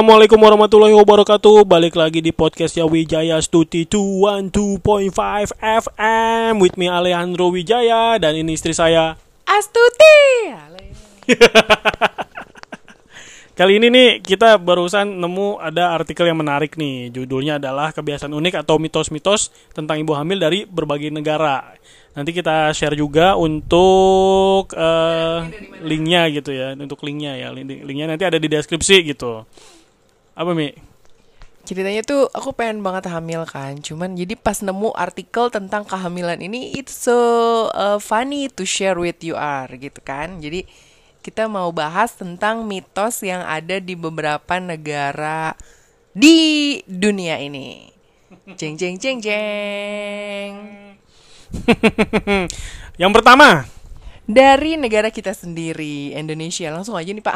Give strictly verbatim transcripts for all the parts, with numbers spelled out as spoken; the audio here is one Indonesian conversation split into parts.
Assalamualaikum warahmatullahi wabarakatuh. Balik lagi di podcastnya Wijaya Stuti dua satu point lima F M with me Alejandro Wijaya. Dan ini istri saya Astuti. Kali ini nih kita barusan nemu ada artikel yang menarik nih. Judulnya adalah kebiasaan unik atau mitos-mitos tentang ibu hamil dari berbagai negara. Nanti kita share juga untuk uh, linknya gitu ya, untuk linknya ya, Link, linknya nanti ada di deskripsi gitu. Apa Mi? Ceritanya tuh aku pengen banget hamil kan, cuman jadi pas nemu artikel tentang kehamilan ini, it's so uh, funny to share with you are gitu kan. Jadi kita mau bahas tentang mitos yang ada di beberapa negara di dunia ini. Jeng jeng jeng jeng. Yang pertama dari negara kita sendiri, Indonesia. Langsung aja nih Pak.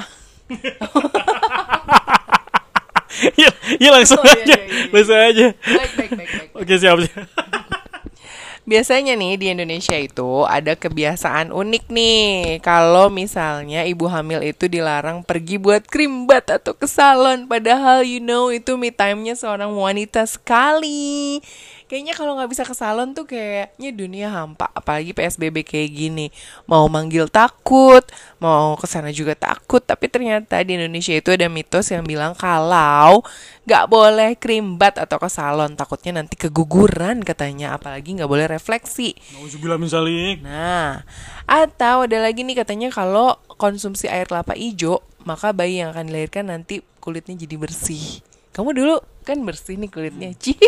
Iya, iya langsung Oh, aja, iya, iya, iya. langsung aja. Baik baik baik baik. Oke siap siap. Biasanya nih di Indonesia itu ada kebiasaan unik nih. Kalau misalnya ibu hamil itu dilarang pergi buat krimbat atau ke salon. Padahal you know itu me time-nya seorang wanita sekali. Kayaknya kalau gak bisa ke salon tuh kayaknya dunia hampa. Apalagi P S B B kayak gini. Mau manggil takut, mau kesana juga takut. Tapi ternyata di Indonesia itu ada mitos yang bilang kalau gak boleh krimbat atau ke salon. Takutnya nanti keguguran katanya. Apalagi gak boleh refleksi. Nauzubillah min dzalik. Nah, atau ada lagi nih katanya kalau konsumsi air kelapa hijau, maka bayi yang akan dilahirkan nanti kulitnya jadi bersih. Kamu dulu kan bersih nih kulitnya. Cih.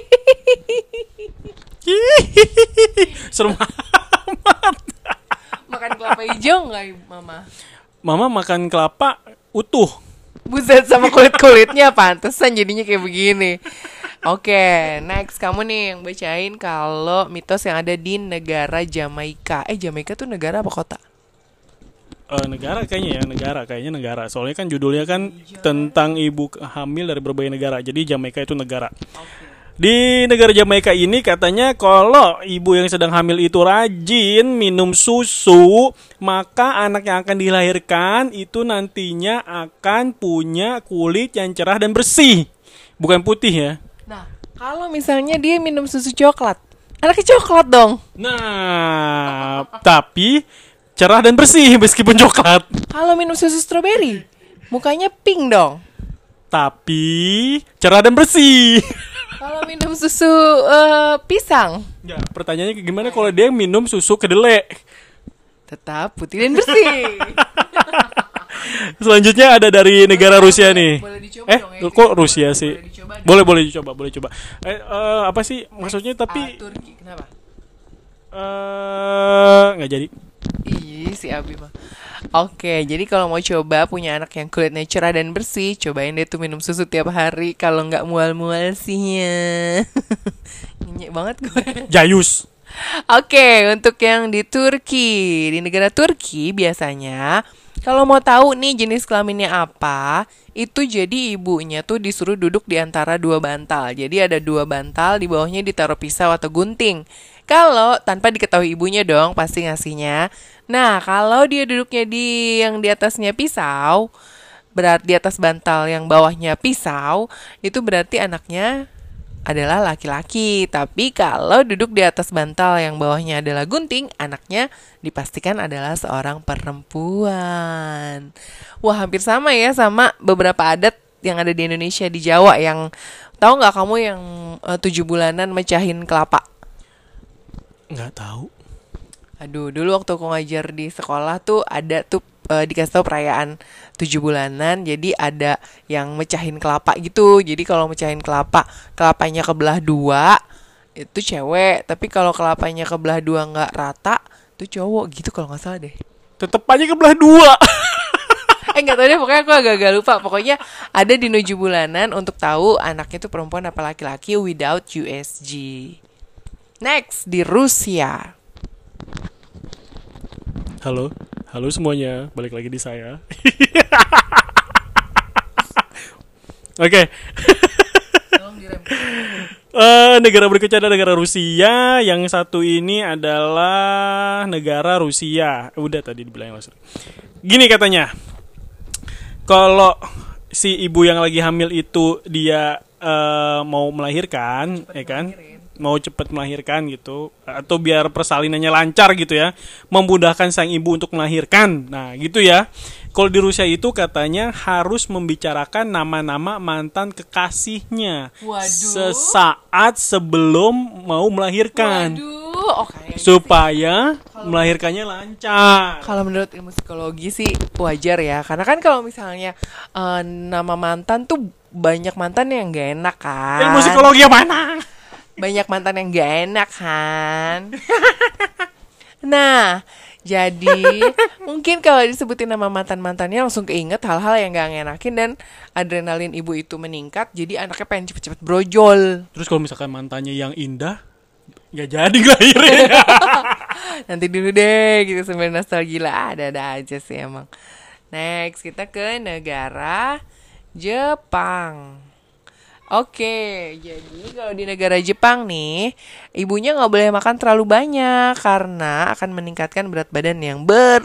Serem amat. Makan kelapa hijau nggak, Mama? Mama makan kelapa utuh. Buset, sama kulit-kulitnya pantesan jadinya kayak begini. Oke, next kamu nih yang bacain kalau mitos yang ada di negara Jamaika. Eh, Jamaika tuh negara apa kota? Uh, negara kayaknya ya, negara kayaknya negara. Soalnya kan judulnya kan tentang ibu hamil dari berbagai negara. Jadi Jamaika itu negara. Oke. Di negara Jamaika ini katanya kalau ibu yang sedang hamil itu rajin minum susu, maka anak yang akan dilahirkan itu nantinya akan punya kulit yang cerah dan bersih. Bukan putih ya. Nah, kalau misalnya dia minum susu coklat, anaknya coklat dong. Nah, tapi cerah dan bersih meskipun coklat. Kalau minum susu stroberi, mukanya pink dong. Tapi cerah dan bersih. Kalau minum susu uh, pisang, Ya, pertanyaannya gimana kalau dia minum susu kedelai? tetap putih dan bersih. Selanjutnya ada dari negara Rusia nih. Boleh dicoba Eh, dong ya, kok boleh- Rusia boleh sih? dicoba dong. Boleh, boleh dicoba, boleh coba. Eh, eh, apa sih maksudnya? Ah, Tapi Turki, kenapa? eh nggak jadi. Ih, si Abi mah. Oke, jadi kalau mau coba punya anak yang kulitnya cerah dan bersih, cobain deh tuh minum susu tiap hari. Kalau nggak mual-mual sih ya. Nyenyek banget gue. Jayus. Oke, untuk yang di Turki, di negara Turki biasanya kalau mau tahu nih jenis kelaminnya apa, itu jadi ibunya tuh disuruh duduk di antara dua bantal. Jadi ada dua bantal, di bawahnya ditaruh pisau atau gunting. Kalau tanpa diketahui ibunya dong pasti ngasihnya. Nah, kalau dia duduknya di yang di atasnya pisau, berat di atas bantal yang bawahnya pisau, itu berarti anaknya adalah laki-laki. Tapi kalau duduk di atas bantal yang bawahnya adalah gunting, anaknya dipastikan adalah seorang perempuan. Wah, hampir sama ya sama beberapa adat yang ada di Indonesia, di Jawa. Yang tahu nggak kamu yang uh, tujuh bulanan mecahin kelapa? Nggak tahu. Aduh, dulu waktu aku ngajar di sekolah tuh ada tuh uh, dikasih tau perayaan tujuh bulanan. Jadi ada yang mecahin kelapa gitu. Jadi kalau mecahin kelapa, kelapanya kebelah dua, itu cewek. Tapi kalau kelapanya kebelah dua nggak rata, itu cowok gitu kalau nggak salah deh. Tetep aja kebelah dua. Eh nggak tahu deh, pokoknya aku agak-agak lupa. Pokoknya ada di tujuh bulanan untuk tahu anaknya tuh perempuan apa laki-laki without U S G. Next, di Rusia. Halo, halo semuanya, balik lagi di saya. Oke. Uh, negara berikutnya ada negara Rusia. Yang satu ini adalah negara Rusia. Udah tadi dibilang langsung. Gini katanya, kalau si ibu yang lagi hamil itu dia eh, mau melahirkan, ya kan? Mau cepat melahirkan gitu, atau biar persalinannya lancar gitu ya, memudahkan sang ibu untuk melahirkan. Nah, gitu ya. Kalau di Rusia itu katanya harus membicarakan nama-nama mantan kekasihnya. Waduh. Sesaat sebelum mau melahirkan. Waduh, oh kayaknya supaya melahirkannya lancar. Kalau menurut ilmu psikologi sih wajar ya, karena kan kalau misalnya eh, nama mantan tuh banyak mantan yang gak enak kan. Ilmu psikologi yang mana? Banyak mantan yang gak enak kan. Nah, jadi mungkin kalau disebutin nama mantan-mantannya langsung keinget hal-hal yang gak ngenakin dan adrenalin ibu itu meningkat, jadi anaknya pengen cepet-cepet brojol. Terus kalau misalkan mantannya yang indah, gak jadi ngelahirin. Nanti dulu deh gitu sambil nostalgia lah, ada-ada aja sih emang. Next kita ke negara Jepang. Oke, jadi kalau di negara Jepang nih, ibunya nggak boleh makan terlalu banyak karena akan meningkatkan berat badan yang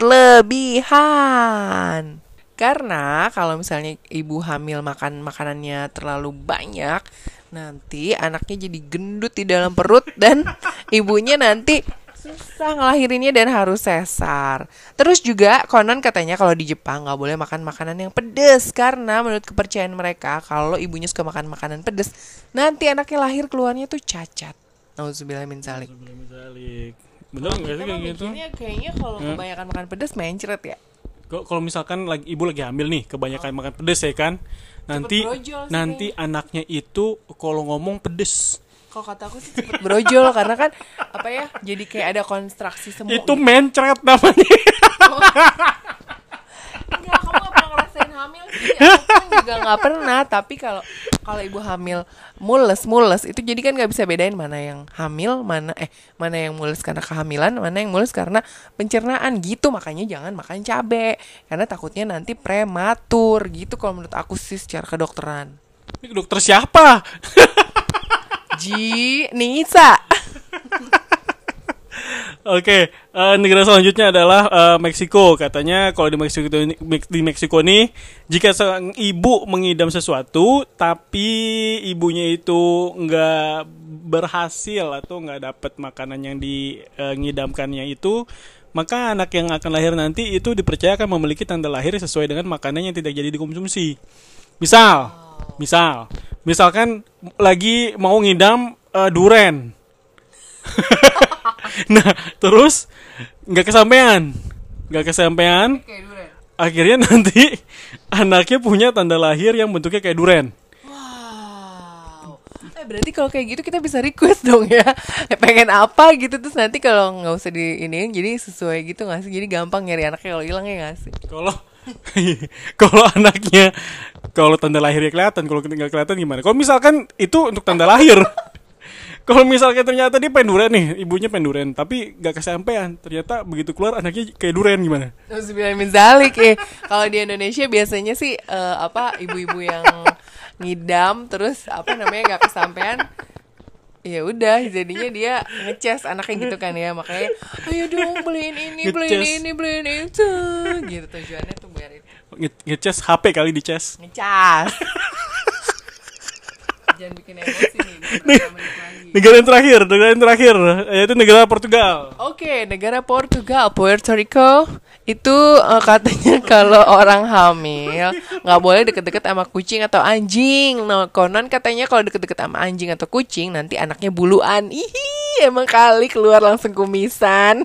berlebihan. Karena kalau misalnya ibu hamil makan makanannya terlalu banyak, nanti anaknya jadi gendut di dalam perut dan ibunya nanti susah ngelahirinnya dan harus sesar. Terus juga konon katanya kalau di Jepang nggak boleh makan makanan yang pedas karena menurut kepercayaan mereka kalau ibunya suka makan makanan pedas, nanti anaknya lahir keluarnya tuh cacat. Nauzubillah min zalik. Bener nggak sih kayak gitu? Kayaknya kalau Hmm. kebanyakan makan pedas mencret ya. Kok- Kalau misalkan lagi ibu lagi hamil nih, kebanyakan makan pedes ya kan, nanti brojol sih nanti anaknya itu kalau ngomong pedes. Kalau kata aku sih cepet brojol karena kan apa ya, jadi kayak ada konstruksi semua. Itu mencret namanya. Enggak, kamu gak pernah ngerasain hamil sih. Aku kan juga gak pernah. Tapi kalau kalau ibu hamil mules mules itu jadi kan nggak bisa bedain mana yang hamil, mana eh mana yang mules karena kehamilan, mana yang mules karena pencernaan gitu. Makanya jangan makan cabe karena takutnya nanti prematur gitu. Kalau menurut aku sih secara kedokteran. Ini dokter siapa? Ji Nisa. Oke, eh, negara selanjutnya adalah eh, Meksiko. Katanya kalau di Meksiko di Meksiko nih, jika sang ibu mengidam sesuatu, tapi ibunya itu nggak berhasil atau nggak dapat makanan yang diidamkannya itu, maka anak yang akan lahir nanti itu dipercaya akan memiliki tanda lahir sesuai dengan makanan yang tidak jadi dikonsumsi. Misal, misal, misalkan lagi mau ngidam eh, duren. Nah, terus nggak kesampaian, nggak kesampaian. Akhirnya nanti anaknya punya tanda lahir yang bentuknya kayak duren. Wow. Eh berarti kalau kayak gitu kita bisa request dong ya. Eh, pengen apa gitu terus nanti kalau nggak usah di ini jadi sesuai gitu nggak sih? Jadi gampang nyari anaknya kalau hilang ya nggak sih? Kalau kalau anaknya kalau tanda lahirnya kelihatan, kalau nggak kelihatan gimana? Kalau misalkan itu untuk tanda lahir. Kalau misalnya ternyata dia penduren nih, ibunya penduren, tapi gak kesampaian. Ternyata begitu keluar anaknya kayak duren gimana? Nauzubillah min zalik eh. Kalau di Indonesia biasanya sih eh, apa ibu-ibu yang ngidam terus apa namanya gak kesampaian. Ya udah jadinya dia ngeces anaknya gitu kan ya. Makanya ayo dong beliin ini, beliin Ngeces. ini, beliin itu. Gitu tujuannya tuh biar itu. Nge- Ngecas H P kali dicas. Ngecas. Jangan bikin emosi nih. beberapa menit lagi. Negara yang terakhir, negara yang terakhir, yaitu negara Portugal. Oke, negara Portugal, Puerto Rico itu eh, katanya kalau orang hamil nggak boleh deket-deket sama kucing atau anjing. Nah, konon katanya kalau deket-deket sama anjing atau kucing nanti anaknya buluan. Ih, emang kali keluar langsung kumisan.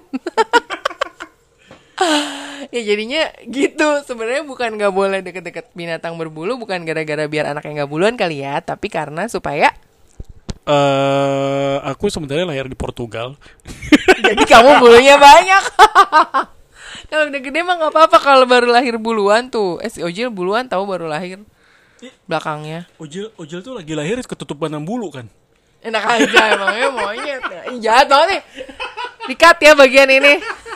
Ya jadinya gitu. Sebenarnya bukan nggak boleh deket-deket binatang berbulu, bukan gara-gara biar anaknya nggak buluan kali ya, tapi karena supaya Eh, aku sebenarnya lahir di Portugal. jadi kamu bulunya banyak. Kalau udah gede mah nggak apa-apa kalau baru lahir buluan tuh. Eh si Ojil buluan tahu baru lahir belakangnya. Ojil, Ojil tuh lagi lahir ketutupan enam bulu kan? Enak aja emangnya monyet. Ih, jahat banget nih. Dikat ya bagian ini.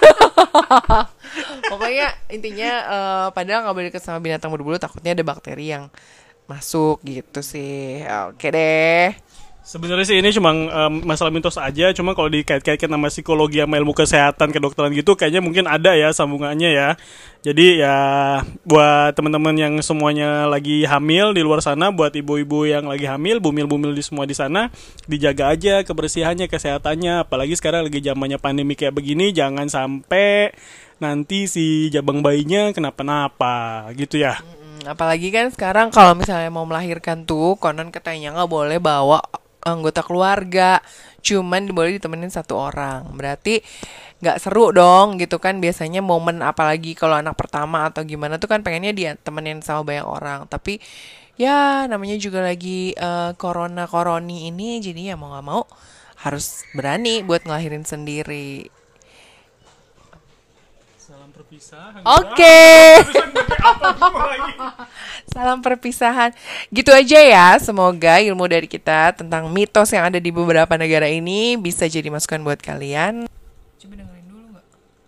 Pokoknya intinya eh, padahal nggak boleh deket sama binatang berbulu takutnya ada bakteri yang masuk gitu sih. Oke deh. Sebenarnya sih ini cuma em, masalah mitos aja, cuma kalau dikait-kaitkan sama psikologi sama ilmu kesehatan kedokteran gitu kayaknya mungkin ada ya sambungannya ya. Jadi ya buat teman-teman yang semuanya lagi hamil di luar sana, buat ibu-ibu yang lagi hamil, bumil-bumil di semua di sana, dijaga aja kebersihannya, kesehatannya. Apalagi sekarang lagi zamannya pandemi kayak begini, jangan sampai nanti si jabang bayinya kenapa-napa gitu ya. Mm, apalagi kan sekarang kalau misalnya mau melahirkan tuh konon katanya nggak boleh bawa anggota keluarga, cuman boleh ditemenin satu orang. Berarti nggak seru dong gitu kan. Biasanya momen apalagi kalau anak pertama atau gimana tuh kan pengennya dia temenin sama banyak orang. Tapi ya namanya juga lagi eh, corona koroni ini, jadi ya mau nggak mau harus berani buat ngelahirin sendiri. Salam perpisahan. Oke. Salam perpisahan. Gitu aja ya. Semoga ilmu dari kita tentang mitos yang ada di beberapa negara ini bisa jadi masukan buat kalian. Coba dengerin dulu nggak?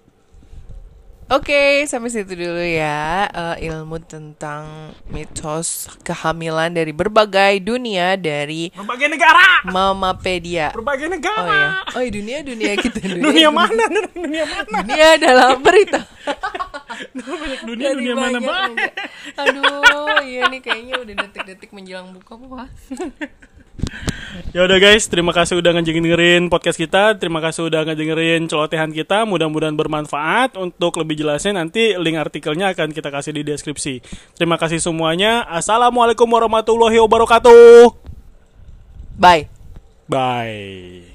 Oke, sampai situ dulu ya. Eh, ilmu tentang mitos kehamilan dari berbagai dunia dari Berbagai negara. Mamapedia. Berbagai negara. Oh ya. Oh ya, dunia dunia kita dunia. Dunia mana? Dunia mana? Dunia dalam berita. Banyak dunia, Dari dunia mana, banyak Mbak? negara. Aduh, iya nih kayaknya udah detik-detik menjelang buka puasa. Ya udah guys, terima kasih udah ngedengerin podcast kita. Terima kasih udah ngedengerin celotehan kita. Mudah-mudahan bermanfaat. Untuk lebih jelasnya nanti link artikelnya akan kita kasih di deskripsi. Terima kasih semuanya. Assalamualaikum warahmatullahi wabarakatuh. Bye. Bye.